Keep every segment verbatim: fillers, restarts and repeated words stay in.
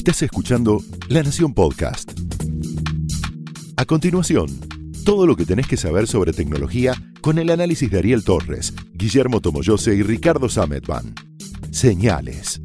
Estás escuchando La Nación Podcast. A continuación, todo lo que tenés que saber sobre tecnología con el análisis de Ariel Torres, Guillermo Tomoyose y Ricardo Sametban. Señales.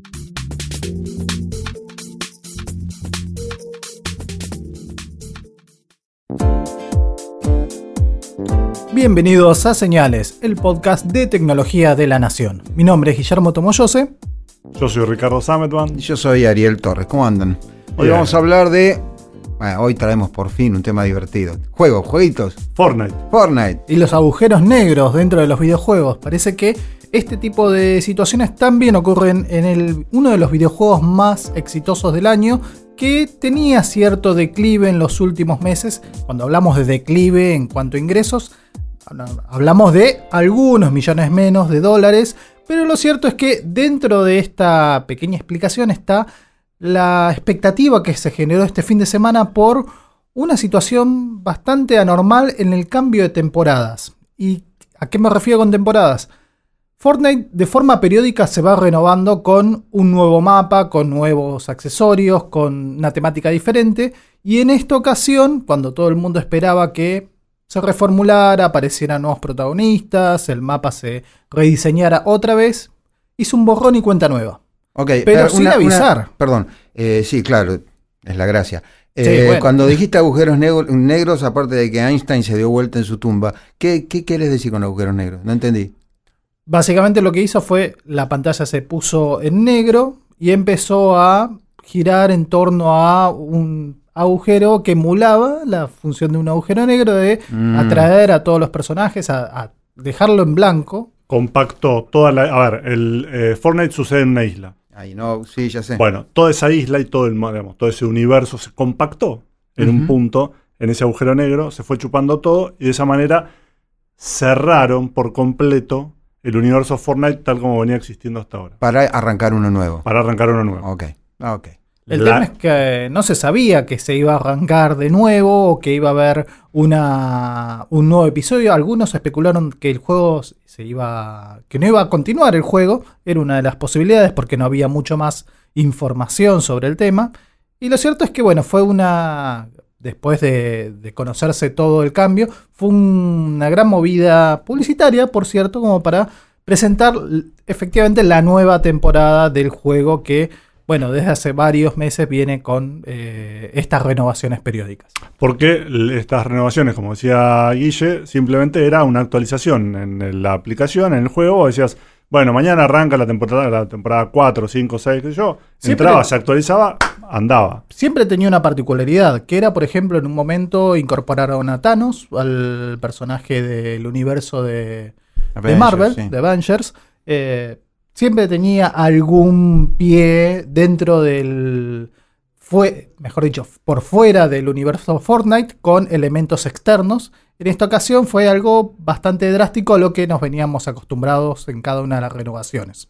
Bienvenidos a Señales, el podcast de tecnología de La Nación. Mi nombre es Guillermo Tomoyose. Yo soy Ricardo Sametban. Y yo soy Ariel Torres. ¿Cómo andan? Hoy Bien. vamos a hablar de... Bueno, hoy traemos por fin un tema divertido. Juegos, jueguitos. Fortnite. Fortnite. Y los agujeros negros dentro de los videojuegos. Parece que este tipo de situaciones también ocurren en el, uno de los videojuegos más exitosos del año, que tenía cierto declive en los últimos meses. Cuando hablamos de declive en cuanto a ingresos, hablamos de algunos millones menos de dólares. Pero lo cierto es que dentro de esta pequeña explicación está la expectativa que se generó este fin de semana por una situación bastante anormal en el cambio de temporadas. ¿Y a qué me refiero con temporadas? Fortnite de forma periódica se va renovando con un nuevo mapa, con nuevos accesorios, con una temática diferente. Y en esta ocasión, cuando todo el mundo esperaba que se reformulara, aparecieran nuevos protagonistas, el mapa se rediseñara otra vez, hizo un borrón y cuenta nueva. Ok, pero sin una, avisar. Una, perdón, eh, sí, claro, es la gracia. Eh, Sí, bueno. Cuando dijiste agujeros negros, negros, aparte de que Einstein se dio vuelta en su tumba, ¿qué, qué querés decir con agujeros negros? No entendí. Básicamente lo que hizo fue, la pantalla se puso en negro y empezó a girar en torno a un agujero que emulaba la función de un agujero negro de Mm. atraer a todos los personajes, a, a dejarlo en blanco. Compactó toda la... A ver, el eh, Fortnite sucede en una isla. Ay, no, sí, ya sé. Bueno, toda esa isla y todo el digamos, todo ese universo se compactó en Ujú. un punto, en ese agujero negro, se fue chupando todo y de esa manera cerraron por completo el universo Fortnite tal como venía existiendo hasta ahora. Para arrancar uno nuevo. Para arrancar uno nuevo. Ok, ah, ok. El La- tema es que no se sabía que se iba a arrancar de nuevo o que iba a haber una, un nuevo episodio. Algunos especularon que el juego se iba, que no iba a continuar el juego. Era una de las posibilidades porque no había mucho más información sobre el tema. Y lo cierto es que, bueno, fue una... Después de, de conocerse todo el cambio, fue una gran movida publicitaria, por cierto, como para presentar efectivamente la nueva temporada del juego que, bueno, desde hace varios meses viene con eh, estas renovaciones periódicas. Porque l- estas renovaciones, como decía Guille, simplemente era una actualización en la aplicación, en el juego. Vos decías, bueno, mañana arranca la temporada, la temporada cuatro, cinco, seis, qué sé yo. Siempre- Entraba, se actualizaba, andaba. Siempre tenía una particularidad, que era, por ejemplo, en un momento incorporaron a Thanos, al personaje del universo de, de Avengers, Marvel, sí. de Avengers. Eh, siempre tenía algún pie dentro del... Fue, mejor dicho, por fuera del universo Fortnite con elementos externos. En esta ocasión fue algo bastante drástico a lo que nos veníamos acostumbrados en cada una de las renovaciones.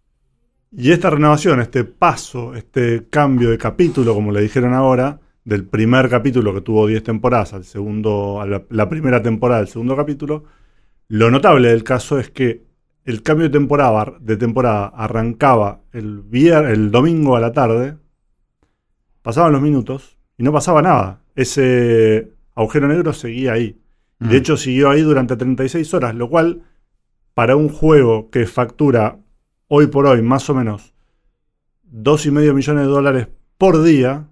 Y esta renovación, este paso, este cambio de capítulo, como le dijeron ahora, del primer capítulo que tuvo diez temporadas al segundo, a la, la primera temporada del segundo capítulo, lo notable del caso es que el cambio de temporada, de temporada arrancaba el, vier, el domingo a la tarde, pasaban los minutos y no pasaba nada. Ese agujero negro seguía ahí. Y de Mm. hecho siguió ahí durante treinta y seis horas, lo cual para un juego que factura hoy por hoy más o menos dos y medio millones de dólares por día,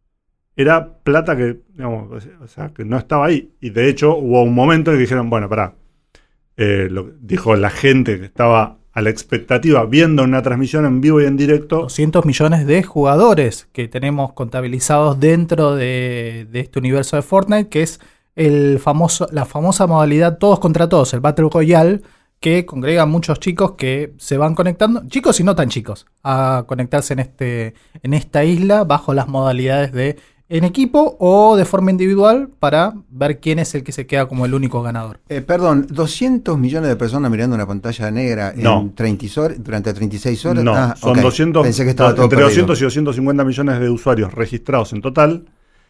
era plata que, digamos, o sea, que no estaba ahí. Y de hecho hubo un momento en que dijeron, bueno, pará, eh, lo, dijo la gente que estaba a la expectativa, viendo una transmisión en vivo y en directo, doscientos millones de jugadores que tenemos contabilizados dentro de, de este universo de Fortnite, que es el famoso, la famosa modalidad todos contra todos, el Battle Royale, que congrega muchos chicos que se van conectando, chicos y no tan chicos, a conectarse en, este, en esta isla bajo las modalidades de en equipo o de forma individual para ver quién es el que se queda como el único ganador. Eh, perdón, ¿doscientos millones de personas mirando una pantalla negra No. en treinta horas, durante treinta y seis horas? no, Ah, son ok. doscientos, Pensé que estaba do- todo entre perdido. doscientos y doscientos cincuenta millones de usuarios registrados en total.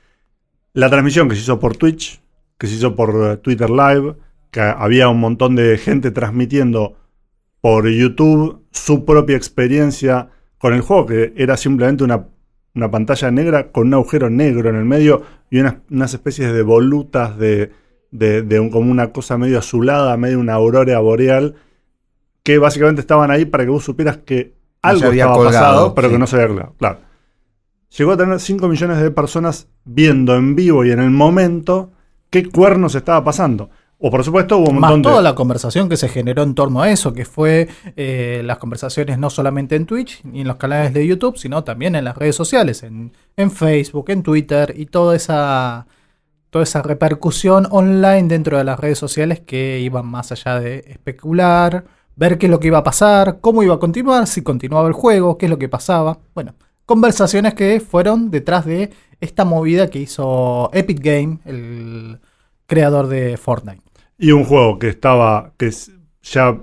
La transmisión que se hizo por Twitch, que se hizo por eh, Twitter Live, que había un montón de gente transmitiendo por YouTube su propia experiencia con el juego, que era simplemente una una pantalla negra con un agujero negro en el medio y unas, unas especies de volutas de, de, de un, como una cosa medio azulada, medio una aurora boreal, que básicamente estaban ahí para que vos supieras que algo se había estaba colgado, pasado, pero sí. que no se había colgado. Claro. Llegó a tener cinco millones de personas viendo en vivo y en el momento qué cuernos estaba pasando. O por supuesto hubo un Más montón toda de... la conversación que se generó en torno a eso, que fue eh, las conversaciones no solamente en Twitch ni en los canales de YouTube, sino también en las redes sociales, en, en Facebook, en Twitter y toda esa, toda esa repercusión online dentro de las redes sociales que iban más allá de especular, ver qué es lo que iba a pasar, cómo iba a continuar, si continuaba el juego, qué es lo que pasaba. Bueno, conversaciones que fueron detrás de esta movida que hizo Epic Games, el creador de Fortnite. Y un juego que estaba, que ya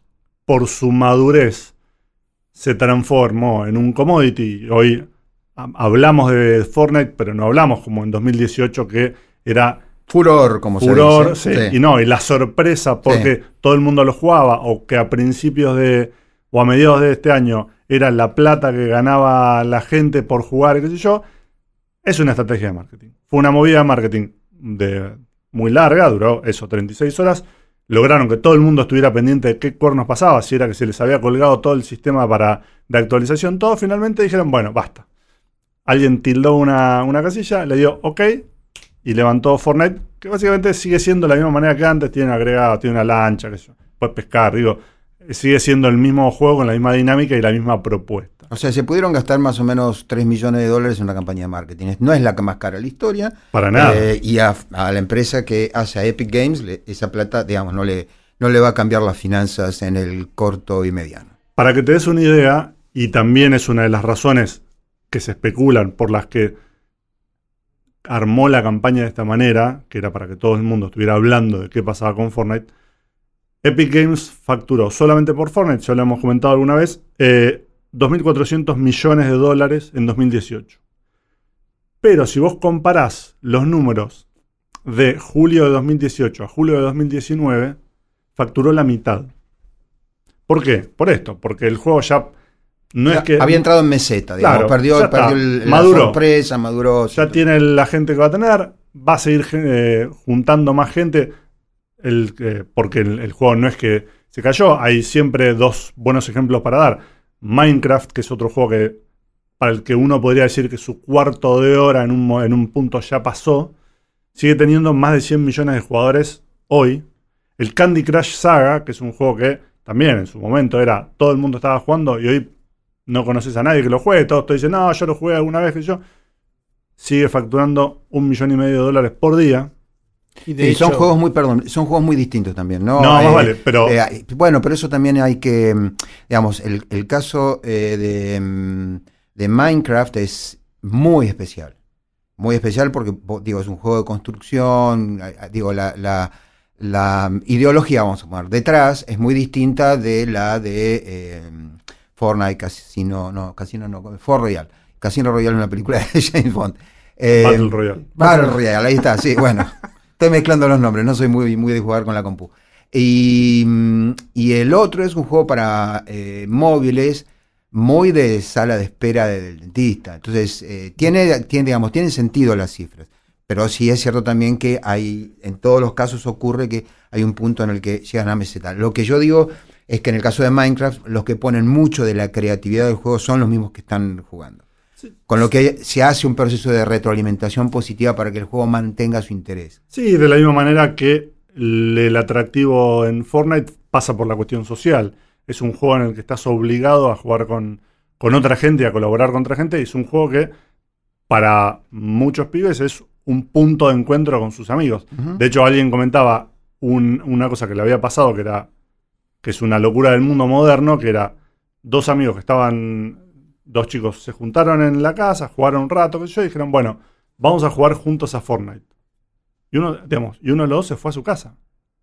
por su madurez se transformó en un commodity. Hoy hablamos de Fortnite, pero no hablamos como en dos mil dieciocho que era furor, como furor, se dice. Sí, sí. Y no, y la sorpresa porque sí. todo el mundo lo jugaba, o que a principios de, o a mediados de este año, era la plata que ganaba la gente por jugar, qué sé yo. Es una estrategia de marketing. Fue una movida de marketing de... muy larga, duró eso, treinta y seis horas. Lograron que todo el mundo estuviera pendiente de qué cuernos pasaba, si era que se les había colgado todo el sistema para, de actualización, todo. Finalmente dijeron, bueno, basta. Alguien tildó una, una casilla, le dio OK y levantó Fortnite, que básicamente sigue siendo la misma manera que antes. Tiene agregado, tiene una lancha, qué sé yo, puedes pescar, digo, sigue siendo el mismo juego con la misma dinámica y la misma propuesta. O sea, se pudieron gastar más o menos tres millones de dólares en una campaña de marketing. No es la más cara de la historia. Para nada. Eh, y a, a la empresa que hace a Epic Games, le, esa plata, digamos, no le, no le va a cambiar las finanzas en el corto y mediano. Para que te des una idea, y también es una de las razones que se especulan por las que armó la campaña de esta manera, que era para que todo el mundo estuviera hablando de qué pasaba con Fortnite. Epic Games facturó solamente por Fortnite, ya lo hemos comentado alguna vez, eh, dos mil cuatrocientos millones de dólares en dos mil dieciocho. Pero si vos comparás los números de julio de dos mil dieciocho a julio de dos mil diecinueve, facturó la mitad. ¿Por qué? Por esto, porque el juego ya no ya es que... había entrado en meseta, digamos, claro, perdió, perdió el, maduró. la sorpresa, maduró. Ya tiene la gente que va a tener, va a seguir eh, juntando más gente, el, eh, porque el, el juego no es que se cayó. Hay siempre dos buenos ejemplos para dar. Minecraft, que es otro juego que para el que uno podría decir que su cuarto de hora en un, en un punto ya pasó, sigue teniendo más de cien millones de jugadores hoy. El Candy Crush Saga, que es un juego que también en su momento era, todo el mundo estaba jugando y hoy no conoces a nadie que lo juegue, todos te dicen, no, yo lo jugué alguna vez que yo, sigue facturando un millón y medio de dólares por día. Y de sí, hecho, son juegos muy, perdón, son juegos muy distintos también, ¿no? No, eh, más vale, pero... Eh, bueno, pero eso también hay que, digamos, el, el caso eh, de, de Minecraft es muy especial. Muy especial porque, digo, es un juego de construcción, digo, la, la, la ideología, vamos a poner, detrás es muy distinta de la de eh, Fortnite, Casino, no, Casino no, Fort Royale. Casino Royale es una película de James Bond. Eh, Battle Royale. Battle Royale, ahí está, sí, bueno. Estoy mezclando los nombres, no soy muy, muy de jugar con la compu. Y, y el otro es un juego para eh, móviles, muy de sala de espera del dentista. Entonces, eh, tiene, tiene, digamos, tienen sentido las cifras. Pero sí es cierto también que hay, en todos los casos ocurre que hay un punto en el que llegan a meseta. Lo que yo digo es que en el caso de Minecraft, los que ponen mucho de la creatividad del juego son los mismos que están jugando. Sí. Con lo que se hace un proceso de retroalimentación positiva para que el juego mantenga su interés. Sí, de la misma manera que el, el atractivo en Fortnite pasa por la cuestión social. Es un juego en el que estás obligado a jugar con, con otra gente y a colaborar con otra gente. Y es un juego que para muchos pibes es un punto de encuentro con sus amigos. Uh-huh. De hecho, alguien comentaba un, una cosa que le había pasado, que era que es una locura del mundo moderno, que era dos amigos que estaban... Dos chicos se juntaron en la casa, jugaron un rato, qué sé yo, y dijeron, bueno, vamos a jugar juntos a Fortnite. Y uno, digamos, y uno de los dos se fue a su casa.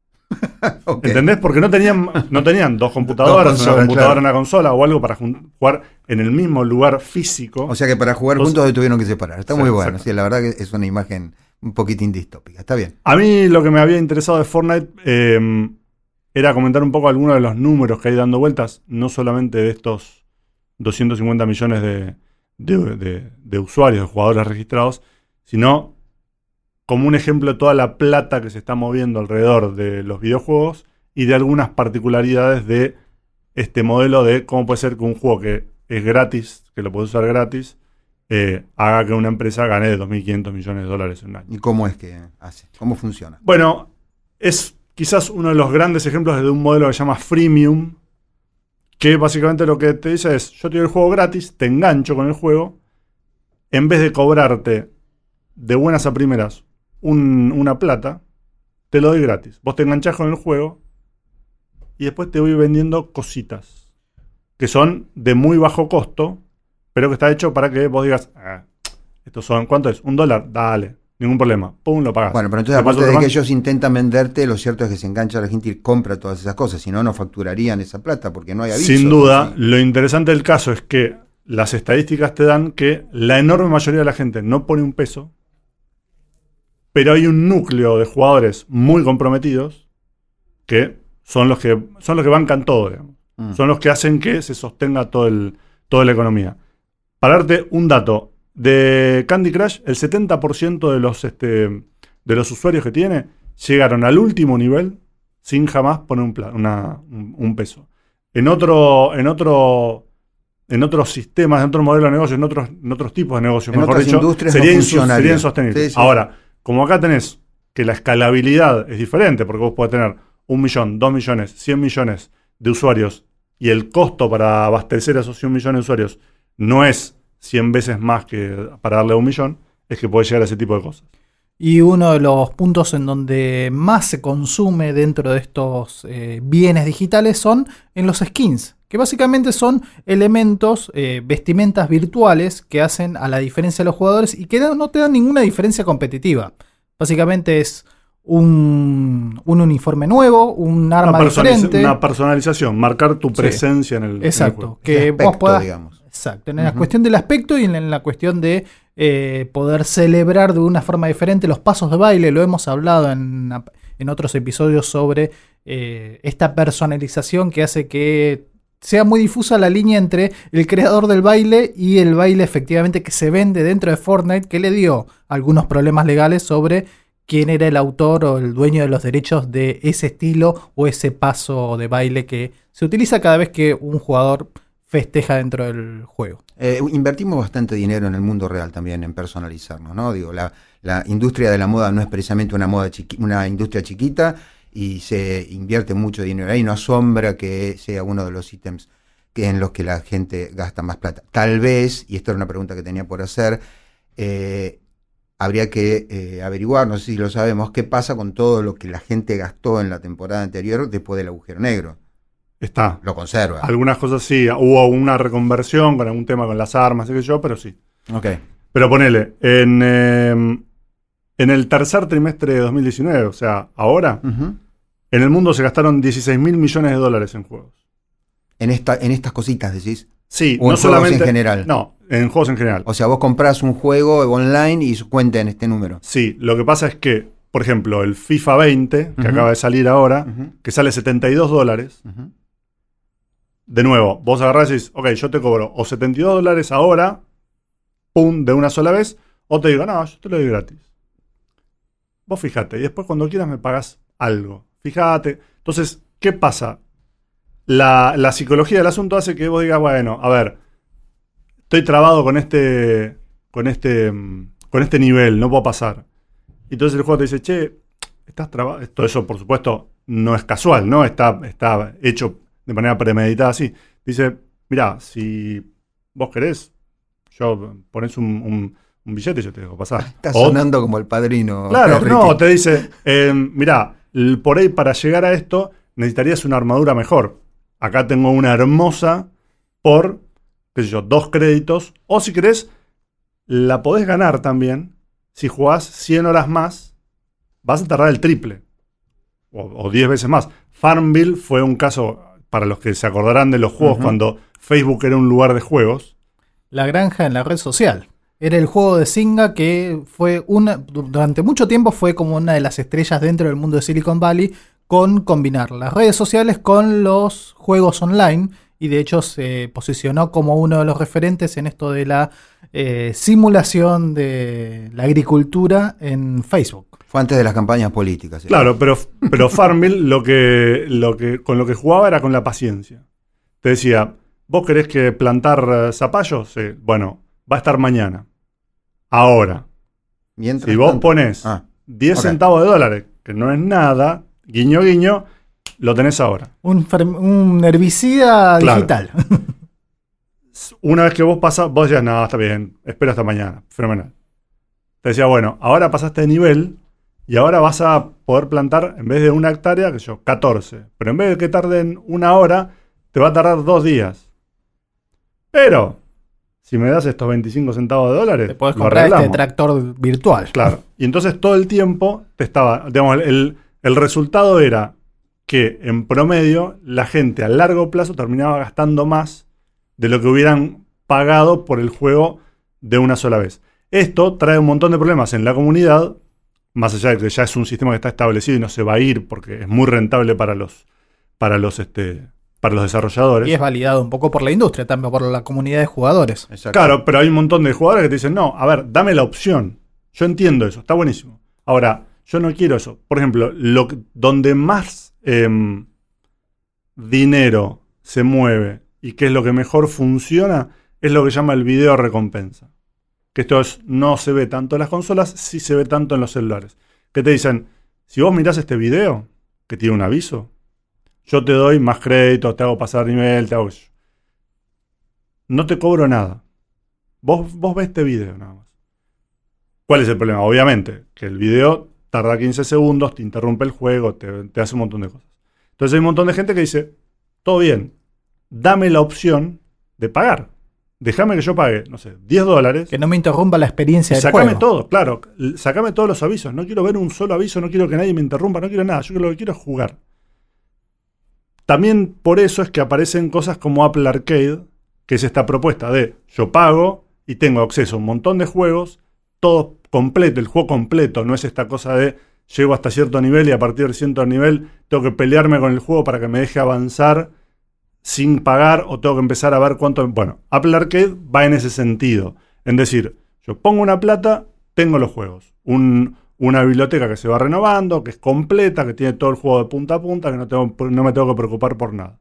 Okay. ¿Entendés? Porque no tenían, no tenían dos computadoras, dos consolas, una computadora, claro, una consola o algo para jugar en el mismo lugar físico. O sea que para jugar juntos se tuvieron que separar. Está sí, muy bueno. Exacto. Sí, la verdad que es una imagen un poquitín distópica. Está bien. A mí lo que me había interesado de Fortnite eh, era comentar un poco algunos de los números que hay dando vueltas, no solamente de estos doscientos cincuenta millones de, de, de, de usuarios, de jugadores registrados, sino como un ejemplo de toda la plata que se está moviendo alrededor de los videojuegos y de algunas particularidades de este modelo de cómo puede ser que un juego que es gratis, que lo puedes usar gratis, eh, haga que una empresa gane dos mil quinientos millones de dólares en un año. ¿Y cómo es que hace? ¿Cómo funciona? Bueno, es quizás uno de los grandes ejemplos de un modelo que se llama freemium, que básicamente lo que te dice es, yo te doy el juego gratis, te engancho con el juego, en vez de cobrarte de buenas a primeras un, una plata, te lo doy gratis. Vos te enganchás con el juego y después te voy vendiendo cositas que son de muy bajo costo, pero que está hecho para que vos digas, ah, estos son, ¿cuánto es? ¿Un dólar? Dale, ningún problema. Pum, lo pagas. Bueno, pero entonces aparte de que ellos intentan venderte, lo cierto es que se engancha la gente y compra todas esas cosas, si no, no facturarían esa plata porque no hay aviso. Sin duda, ¿sí? Lo interesante del caso es que las estadísticas te dan que la enorme mayoría de la gente no pone un peso, pero hay un núcleo de jugadores muy comprometidos que son los que son los que bancan todo, digamos. Mm. Son los que hacen que se sostenga todo el, toda la economía. Para darte un dato, de Candy Crush, el setenta por ciento de los, este, de los usuarios que tiene llegaron al último nivel sin jamás poner un, plan, una, un, un peso. En otro, en otro, en otros sistemas, en otros modelos de negocio, en otros, en otros tipos de negocios, en mejor otras dicho, industrias sería, no insu- sería insostenible. Sí, sí. Ahora, como acá tenés que la escalabilidad es diferente, porque vos podés tener un millón, dos millones, cien millones de usuarios y el costo para abastecer a esos cien millones de usuarios no es cien veces más que para darle a un millón, es que puede llegar a ese tipo de cosas. Y uno de los puntos en donde más se consume dentro de estos eh, bienes digitales son en los skins, que básicamente son elementos, eh, vestimentas virtuales que hacen a la diferencia de los jugadores y que no te dan ninguna diferencia competitiva. Básicamente es un, un uniforme nuevo, un arma una diferente. Una personalización, marcar tu presencia sí, en el Exacto, en el juego. Que aspecto, vos puedas, digamos. Exacto, en uh-huh. la cuestión del aspecto y en la cuestión de eh, poder celebrar de una forma diferente los pasos de baile. Lo hemos hablado en, en otros episodios sobre eh, esta personalización que hace que sea muy difusa la línea entre el creador del baile y el baile efectivamente que se vende dentro de Fortnite, que le dio algunos problemas legales sobre quién era el autor o el dueño de los derechos de ese estilo o ese paso de baile que se utiliza cada vez que un jugador festeja dentro del juego. Eh, invertimos bastante dinero en el mundo real también en personalizarnos, ¿no? Digo, la, la industria de la moda no es precisamente una moda chiqui- una industria chiquita y se invierte mucho dinero ahí. No asombra que sea uno de los ítems que en los que la gente gasta más plata. Tal vez, y esto era una pregunta que tenía por hacer, eh, habría que eh, averiguar, no sé si lo sabemos, qué pasa con todo lo que la gente gastó en la temporada anterior después del agujero negro. Está. Lo conserva. Algunas cosas sí, hubo una reconversión con algún tema con las armas, qué sé yo, pero sí. Ok. Pero ponele, en, eh, en el tercer trimestre de dos mil diecinueve, o sea, ahora, uh-huh. en el mundo se gastaron dieciséis mil millones de dólares en juegos. En, esta, en estas cositas, decís. Sí, o no en solamente juegos en general. No, en juegos en general. O sea, vos comprás un juego online y cuenta en este número. Sí, lo que pasa es que, por ejemplo, el FIFA veinte, que uh-huh. acaba de salir ahora, uh-huh. que sale setenta y dos dólares, uh-huh. de nuevo, vos agarrás y decís, ok, yo te cobro o setenta y dos dólares ahora, pum, de una sola vez, o te digo, no, yo te lo doy gratis. Vos fijate, y después cuando quieras me pagás algo. Fíjate. Entonces, ¿qué pasa? La, la psicología del asunto hace que vos digas, bueno, a ver, estoy trabado con este, con este, con este nivel, no puedo pasar. Y entonces el juego te dice, che, estás trabado. Todo eso, por supuesto, no es casual, ¿no? Está, está hecho de manera premeditada así. Dice, mirá, si vos querés, yo ponés un, un, un billete y yo te dejo pasar. Está sonando o, como el padrino. Claro, no, te dice, eh, mirá, por ahí para llegar a esto necesitarías una armadura mejor. Acá tengo una hermosa por, qué sé yo, dos créditos. O si querés, la podés ganar también. Si jugás cien horas más, vas a tardar el triple. O, o diez veces más. Farmville fue un caso, para los que se acordarán de los juegos, uh-huh. cuando Facebook era un lugar de juegos. La granja en la red social. Era el juego de Zynga que fue una, durante mucho tiempo fue como una de las estrellas dentro del mundo de Silicon Valley, con combinar las redes sociales con los juegos online y de hecho se posicionó como uno de los referentes en esto de la eh, simulación de la agricultura en Facebook. Fue antes de las campañas políticas. ¿sí? Claro, pero, pero Farmville lo que, lo que, con lo que jugaba era con la paciencia. Te decía, ¿vos querés que plantar eh, zapallos? Sí. Bueno, va a estar mañana. Ahora. Mientras si vos tanto. pones Ah, diez ok. centavos de dólares, que no es nada, guiño guiño, lo tenés ahora. Un, fer- un herbicida Claro. digital. Una vez que vos pasás, vos decías, no, está bien, espera hasta mañana. Fenomenal. Te decía, bueno, ahora pasaste de nivel y ahora vas a poder plantar, en vez de una hectárea, que yo, catorce. Pero en vez de que tarden una hora, te va a tardar dos días. Pero, si me das estos veinticinco centavos de dólares, Te podés lo comprar este arreglamos. tractor virtual. Claro. Y entonces todo el tiempo te estaba, digamos, el, el resultado era que en promedio la gente a largo plazo terminaba gastando más de lo que hubieran pagado por el juego de una sola vez. Esto trae un montón de problemas en la comunidad, más allá de que ya es un sistema que está establecido y no se va a ir porque es muy rentable para los, para los, este, para los desarrolladores. Y es validado un poco por la industria, también por la comunidad de jugadores. Exacto. Claro, pero hay un montón de jugadores que te dicen, no, a ver, dame la opción. Yo entiendo eso, está buenísimo. Ahora, yo no quiero eso. Por ejemplo, lo que- donde más eh, dinero se mueve y que es lo que mejor funciona, es lo que llama el video recompensa. Que esto es, no se ve tanto en las consolas, sí se ve tanto en los celulares. Que te dicen, si vos mirás este video, que tiene un aviso, yo te doy más crédito, te hago pasar nivel, te hago eso. No te cobro nada. Vos, vos ves este video nada más. ¿Cuál es el problema? Obviamente, que el video tarda quince segundos, te interrumpe el juego, te, te hace un montón de cosas. Entonces hay un montón de gente que dice, todo bien, dame la opción de pagar. Déjame que yo pague, no sé, diez dólares. Que no me interrumpa la experiencia del Sacame juego. todo, claro. l- Sacame todos los avisos. No quiero ver un solo aviso, no quiero que nadie me interrumpa, no quiero nada. Yo lo que quiero es jugar. También por eso es que aparecen cosas como Apple Arcade, que es esta propuesta de yo pago y tengo acceso a un montón de juegos, todo completo, el juego completo. No es esta cosa de llego hasta cierto nivel y a partir de cierto nivel tengo que pelearme con el juego para que me deje avanzar sin pagar o tengo que empezar a ver cuánto... Bueno, Apple Arcade va en ese sentido. En decir, yo pongo una plata, tengo los juegos. Un, una biblioteca que se va renovando, que es completa, que tiene todo el juego de punta a punta, que no, tengo, no me tengo que preocupar por nada.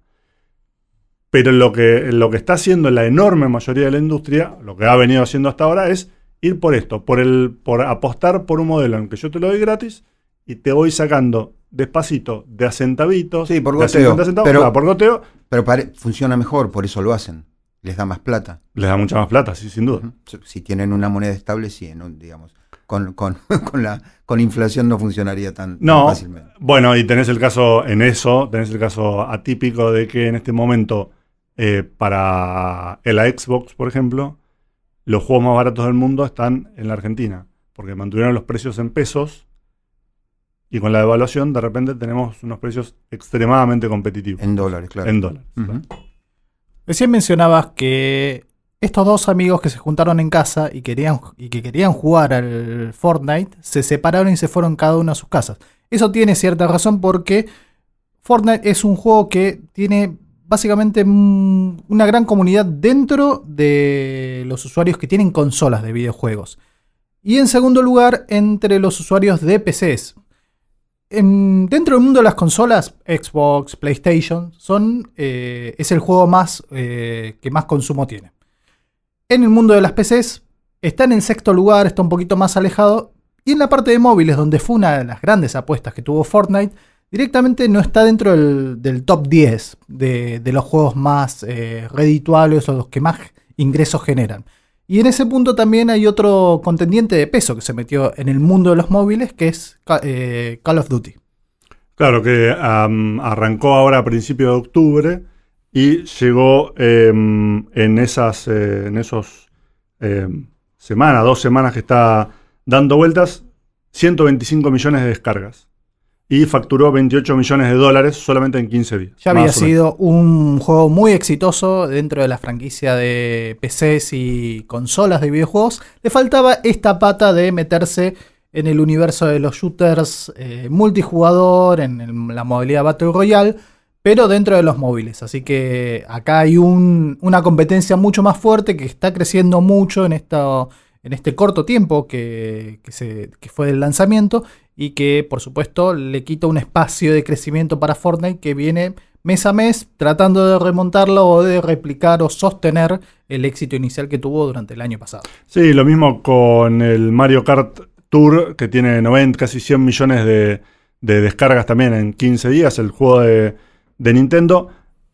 Pero lo que, lo que está haciendo la enorme mayoría de la industria, lo que ha venido haciendo hasta ahora, es ir por esto, por, el, por apostar por un modelo en que yo te lo doy gratis y te voy sacando despacito de a centavitos. Sí, por de a goteo, cincuenta centavos, pero- claro, por goteo. Pero pare- funciona mejor, por eso lo hacen. Les da más plata. Les da mucha más plata, sí, sin duda. Ujú. Si tienen una moneda estable, sí, ¿no? Digamos. Con, con, con la con inflación no funcionaría tan, tan No, fácilmente. bueno, y tenés el caso en eso, tenés el caso atípico de que en este momento, eh, para la Xbox, por ejemplo, los juegos más baratos del mundo están en la Argentina, porque mantuvieron los precios en pesos y con la devaluación de repente tenemos unos precios extremadamente competitivos. En dólares, claro. En dólares. Ujú. Recién mencionabas que estos dos amigos que se juntaron en casa y, querían, y que querían jugar al Fortnite se separaron y se fueron cada uno a sus casas. Eso tiene cierta razón porque Fortnite es un juego que tiene básicamente mm, una gran comunidad dentro de los usuarios que tienen consolas de videojuegos. Y en segundo lugar, entre los usuarios de P Cs. En- dentro del mundo de las consolas, Xbox, PlayStation, son, eh, es el juego más, eh, que más consumo tiene. En el mundo de las P Cs, está en el sexto lugar, está un poquito más alejado. Y en la parte de móviles, donde fue una de las grandes apuestas que tuvo Fortnite, directamente no está dentro del, del top diez de, de los juegos más eh, redituables o los que más ingresos generan. Y en ese punto también hay otro contendiente de peso que se metió en el mundo de los móviles, que es Ca- eh, Call of Duty. Claro, que um, arrancó ahora a principios de octubre y llegó eh, en esas eh, en esos eh, semanas, dos semanas que está dando vueltas, ciento veinticinco millones de descargas. Y facturó veintiocho millones de dólares solamente en quince días. Ya había más o menos. sido un juego muy exitoso dentro de la franquicia de P Cs y consolas de videojuegos. Le faltaba esta pata de meterse en el universo de los shooters eh, multijugador, en el- la modalidad Battle Royale, pero dentro de los móviles. Así que acá hay un, una competencia mucho más fuerte que está creciendo mucho en, esta, en este corto tiempo que, que, se, que fue del lanzamiento y que por supuesto le quita un espacio de crecimiento para Fortnite que viene mes a mes tratando de remontarlo o de replicar o sostener el éxito inicial que tuvo durante el año pasado. Sí, lo mismo con el Mario Kart Tour, que tiene noventa, casi cien millones de, de descargas también en quince días, el juego de, de Nintendo.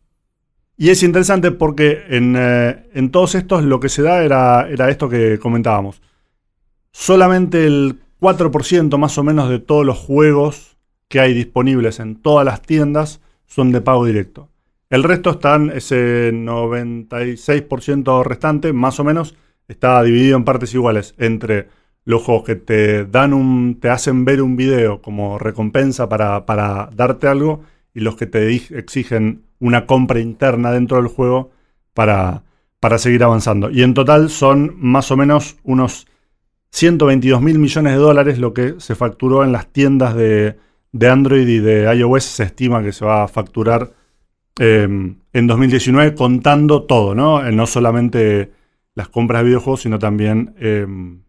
Y es interesante porque en, eh, en todos estos lo que se da era, era esto que comentábamos. Solamente el cuatro por ciento más o menos de todos los juegos que hay disponibles en todas las tiendas son de pago directo. El resto están, ese noventa y seis por ciento restante, más o menos, está dividido en partes iguales entre los juegos que te dan un, te hacen ver un video como recompensa para, para darte algo, y los que te exigen una compra interna dentro del juego para, para seguir avanzando. Y en total son más o menos unos ciento veintidós mil millones de dólares lo que se facturó en las tiendas de de Android y de iOS. Se estima que se va a facturar eh, en dos mil diecinueve contando todo, ¿no? Eh, no solamente las compras de videojuegos, sino también eh,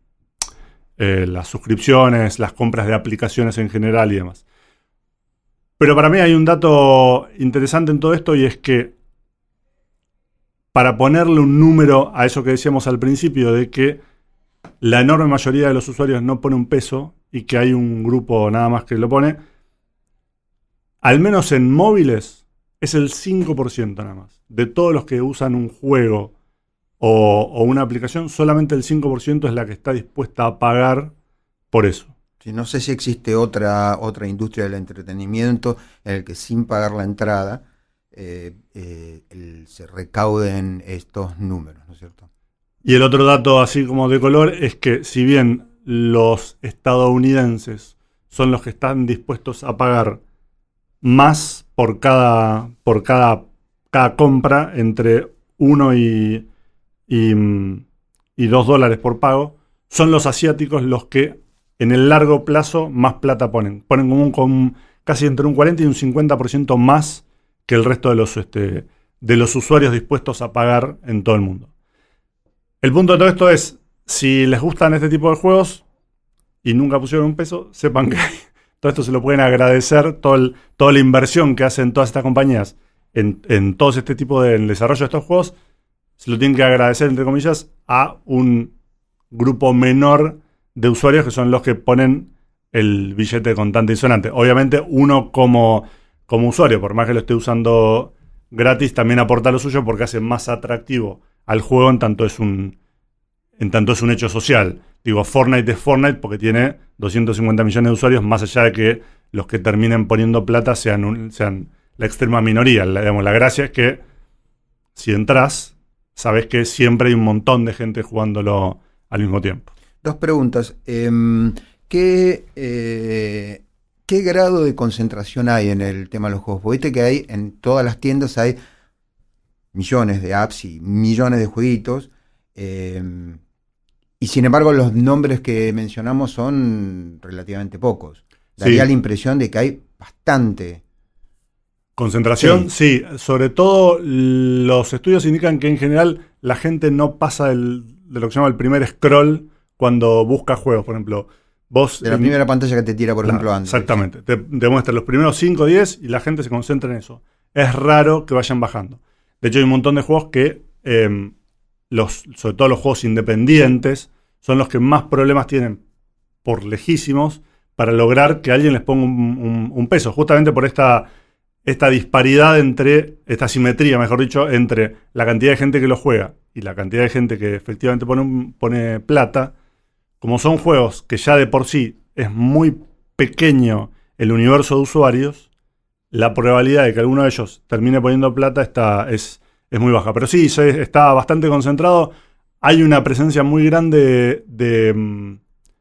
eh, las suscripciones, las compras de aplicaciones en general y demás. Pero para mí hay un dato interesante en todo esto, y es que para ponerle un número a eso que decíamos al principio de que la enorme mayoría de los usuarios no pone un peso y que hay un grupo nada más que lo pone, al menos en móviles es el cinco por ciento nada más. De todos los que usan un juego o, o una aplicación, solamente el cinco por ciento es la que está dispuesta a pagar por eso. Sí, no sé si existe otra, otra industria del entretenimiento en el que sin pagar la entrada eh, eh, el, se recauden estos números, ¿no es cierto? Y el otro dato así como de color es que si bien los estadounidenses son los que están dispuestos a pagar más por cada, por cada, cada compra, entre uno y, y, y dos dólares por pago, son los asiáticos los que en el largo plazo más plata ponen. Ponen como un, como casi entre un cuarenta y un cincuenta por ciento más que el resto de los, este, de los usuarios dispuestos a pagar en todo el mundo. El punto de todo esto es, si les gustan este tipo de juegos y nunca pusieron un peso, sepan que todo esto se lo pueden agradecer, todo el, toda la inversión que hacen todas estas compañías en, en todo este tipo de en el desarrollo de estos juegos, se lo tienen que agradecer, entre comillas, a un grupo menor de usuarios que son los que ponen el billete contante y sonante. Obviamente uno como, como usuario, por más que lo esté usando gratis, también aporta lo suyo porque hace más atractivo al juego en tanto es un, en tanto es un hecho social. Digo, Fortnite es Fortnite porque tiene doscientos cincuenta millones de usuarios, más allá de que los que terminen poniendo plata sean, un, sean la extrema minoría. La, digamos, la gracia es que si entras, sabes que siempre hay un montón de gente jugándolo al mismo tiempo. Dos preguntas. Eh, ¿qué, eh, ¿Qué grado de concentración hay en el tema de los juegos? Porque viste que hay en todas las tiendas hay millones de apps y millones de jueguitos. Eh, y sin embargo los nombres que mencionamos son relativamente pocos. Daría sí. la impresión de que hay bastante concentración. Sí. sí, sobre todo los estudios indican que en general la gente no pasa el, de lo que se llama el primer scroll cuando busca juegos. Por ejemplo, vos... De la en, primera pantalla que te tira, por la, ejemplo, antes. Exactamente. Te, te muestra los primeros cinco o diez y la gente se concentra en eso. Es raro que vayan bajando. De hecho, hay un montón de juegos que, eh, los, sobre todo los juegos independientes, son los que más problemas tienen por lejísimos para lograr que alguien les ponga un, un, un peso. Justamente por esta, esta disparidad entre, esta simetría, mejor dicho, entre la cantidad de gente que lo juega y la cantidad de gente que efectivamente pone, pone plata. Como son juegos que ya de por sí es muy pequeño el universo de usuarios, la probabilidad de que alguno de ellos termine poniendo plata está, es, es muy baja. Pero sí, se, está bastante concentrado. Hay una presencia muy grande de, de,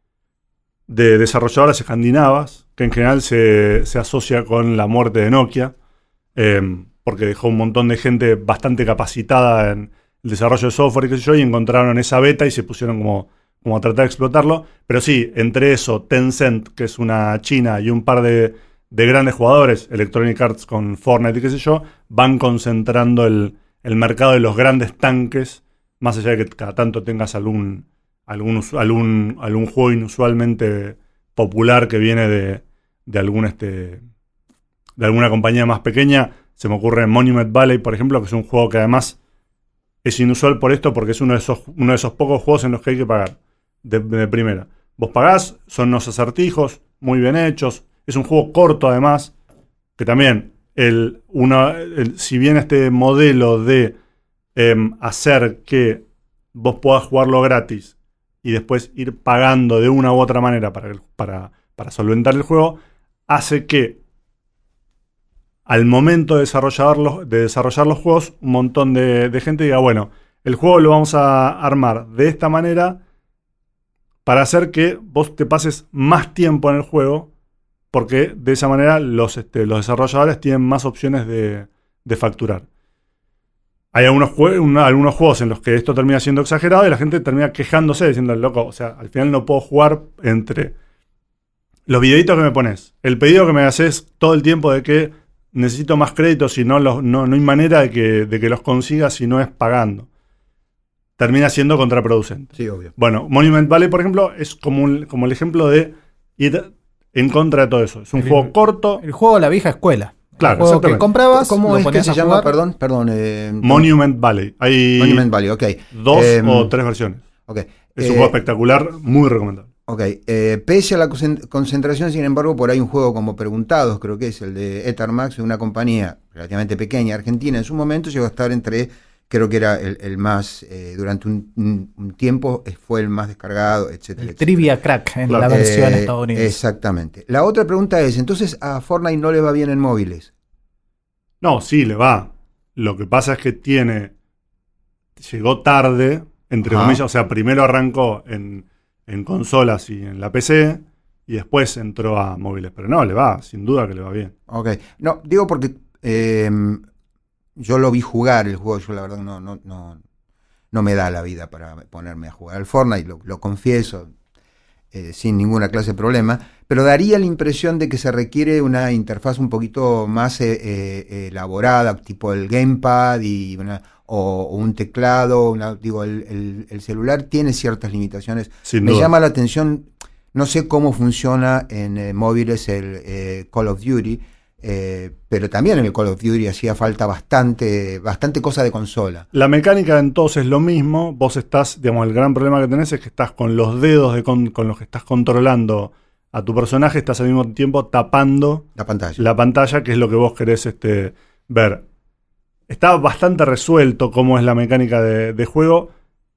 de desarrolladoras escandinavas, que en general se, se asocia con la muerte de Nokia, eh, porque dejó un montón de gente bastante capacitada en el desarrollo de software y qué sé yo, y encontraron esa beta y se pusieron como... como a tratar de explotarlo, pero sí, entre eso, Tencent, que es una china, y un par de, de grandes jugadores, Electronic Arts con Fortnite y qué sé yo, van concentrando el, el mercado de los grandes tanques, más allá de que cada tanto tengas algún, algún, algún, algún juego inusualmente popular que viene de, de, algún este, de alguna compañía más pequeña. Se me ocurre Monument Valley, por ejemplo, que es un juego que además es inusual por esto, porque es uno de esos, uno de esos pocos juegos en los que hay que pagar de, de primera. Vos pagás, son unos acertijos muy bien hechos, es un juego corto además, que también, el, una, el, si bien este modelo de eh, hacer que vos puedas jugarlo gratis y después ir pagando de una u otra manera para, para, para solventar el juego, hace que al momento de desarrollar los, de desarrollar los juegos, un montón de, de gente diga, bueno, el juego lo vamos a armar de esta manera para hacer que vos te pases más tiempo en el juego, porque de esa manera los, este, los desarrolladores tienen más opciones de, de facturar. Hay algunos, jue- una, algunos juegos en los que esto termina siendo exagerado y la gente termina quejándose, diciendo, loco, o sea, al final no puedo jugar entre los videitos que me pones, el pedido que me haces todo el tiempo de que necesito más créditos y no, los, no, no hay manera de que, de que los consiga si no es pagando. Termina siendo contraproducente. Sí, obvio. Bueno, Monument Valley, por ejemplo, es como, un, como el ejemplo de ir en contra de todo eso. Es un el, juego corto. El juego de la vieja escuela. Claro, el juego exactamente. que comprabas, ¿Cómo lo es que ponías se a llama? jugar. Perdón, perdón. Eh, Monument Valley. Hay Monument Valley, ok. dos Eh, o tres versiones. Okay. Es Eh, un juego espectacular, muy recomendable. Ok, eh, pese a la concentración, sin embargo, por ahí un juego como Preguntados, creo que es el de Ethermax, de una compañía relativamente pequeña, argentina, en su momento llegó a estar entre, creo que era el, el más, eh, durante un, un, un tiempo fue el más descargado, etcétera. El etcétera. Trivia Crack en Claro. la versión Eh, estadounidense. Exactamente. La otra pregunta es, entonces a Fortnite no le va bien en móviles. No, sí, le va. Lo que pasa es que tiene. Llegó tarde, entre Ajá. comillas. O sea, primero arrancó en, en consolas y en la P C. Y después entró a móviles. Pero no, le va, sin duda que le va bien. Ok. No, digo porque eh, yo lo vi jugar el juego, yo la verdad no, no, no, no me da la vida para ponerme a jugar al Fortnite, lo, lo confieso, eh, sin ninguna clase de problema, pero daría la impresión de que se requiere una interfaz un poquito más eh, eh, elaborada, tipo el gamepad y una, o, o un teclado, una, digo, el, el, el celular tiene ciertas limitaciones. Sin Me duda. llama la atención, no sé cómo funciona en eh, móviles el eh, Call of Duty, eh, pero también en el Call of Duty hacía falta bastante, bastante cosa de consola. La mecánica entonces es lo mismo. Vos estás, digamos, el gran problema que tenés es que estás con los dedos de con, con los que estás controlando a tu personaje, estás al mismo tiempo tapando La pantalla. la pantalla, que es lo que vos querés este, ver. Está bastante resuelto cómo es la mecánica de, de juego.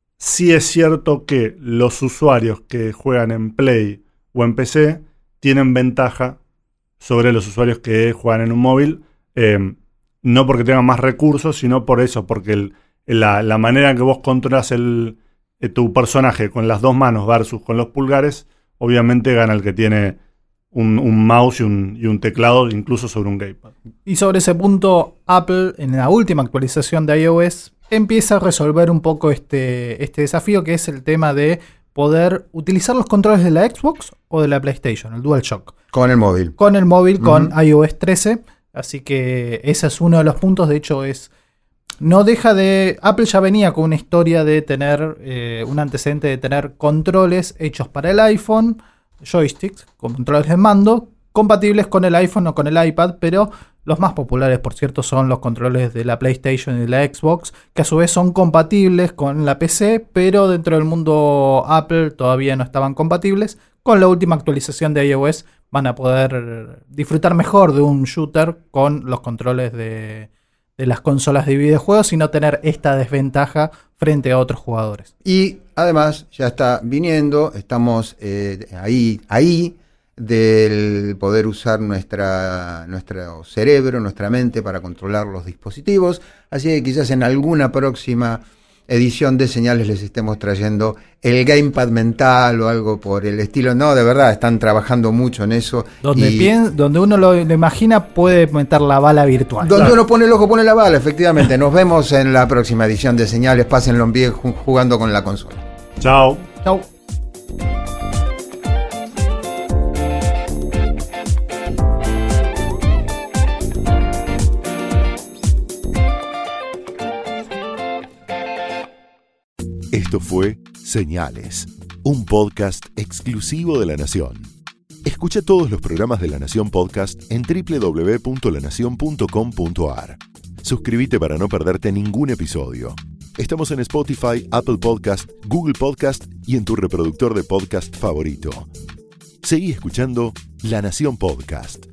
Sí es cierto que los usuarios que juegan en Play o en P C tienen ventaja sobre los usuarios que juegan en un móvil, eh, no porque tengan más recursos, sino por eso, porque el, la, la manera en que vos controlas el, eh, tu personaje con las dos manos versus con los pulgares, obviamente gana el que tiene un, un mouse y un, y un teclado, incluso sobre un gamepad. Y sobre ese punto, Apple, en la última actualización de iOS, empieza a resolver un poco este, este desafío, que es el tema de poder utilizar los controles de la Xbox o de la PlayStation, el DualShock. Con el móvil. Con el móvil, Uh-huh. con iOS trece. Así que ese es uno de los puntos. De hecho, es no deja de... Apple ya venía con una historia de tener, eh, un antecedente de tener controles hechos para el iPhone, joysticks, controles de mando, compatibles con el iPhone o con el iPad, pero los más populares, por cierto, son los controles de la PlayStation y de la Xbox, que a su vez son compatibles con la P C, pero dentro del mundo Apple todavía no estaban compatibles. Con la última actualización de iOS van a poder disfrutar mejor de un shooter con los controles de, de las consolas de videojuegos y no tener esta desventaja frente a otros jugadores. Y además ya está viniendo, estamos eh, ahí, ahí del poder usar nuestra, nuestro cerebro, nuestra mente para controlar los dispositivos. Así que quizás en alguna próxima edición de Señales les estemos trayendo el gamepad mental o algo por el estilo. No, de verdad, están trabajando mucho en eso. Donde, y pien- donde uno lo, lo imagina puede meter la bala virtual. donde Claro. uno pone el ojo, pone la bala, efectivamente. Nos vemos en la próxima edición de Señales. Pásenlo bien ju- jugando con la consola. Chao. Chau. Esto fue Señales, un podcast exclusivo de La Nación. Escucha todos los programas de La Nación Podcast en doble u doble u doble u punto la nación punto com punto a r. Suscríbete para no perderte ningún episodio. Estamos en Spotify, Apple Podcast, Google Podcast y en tu reproductor de podcast favorito. Seguí escuchando La Nación Podcast.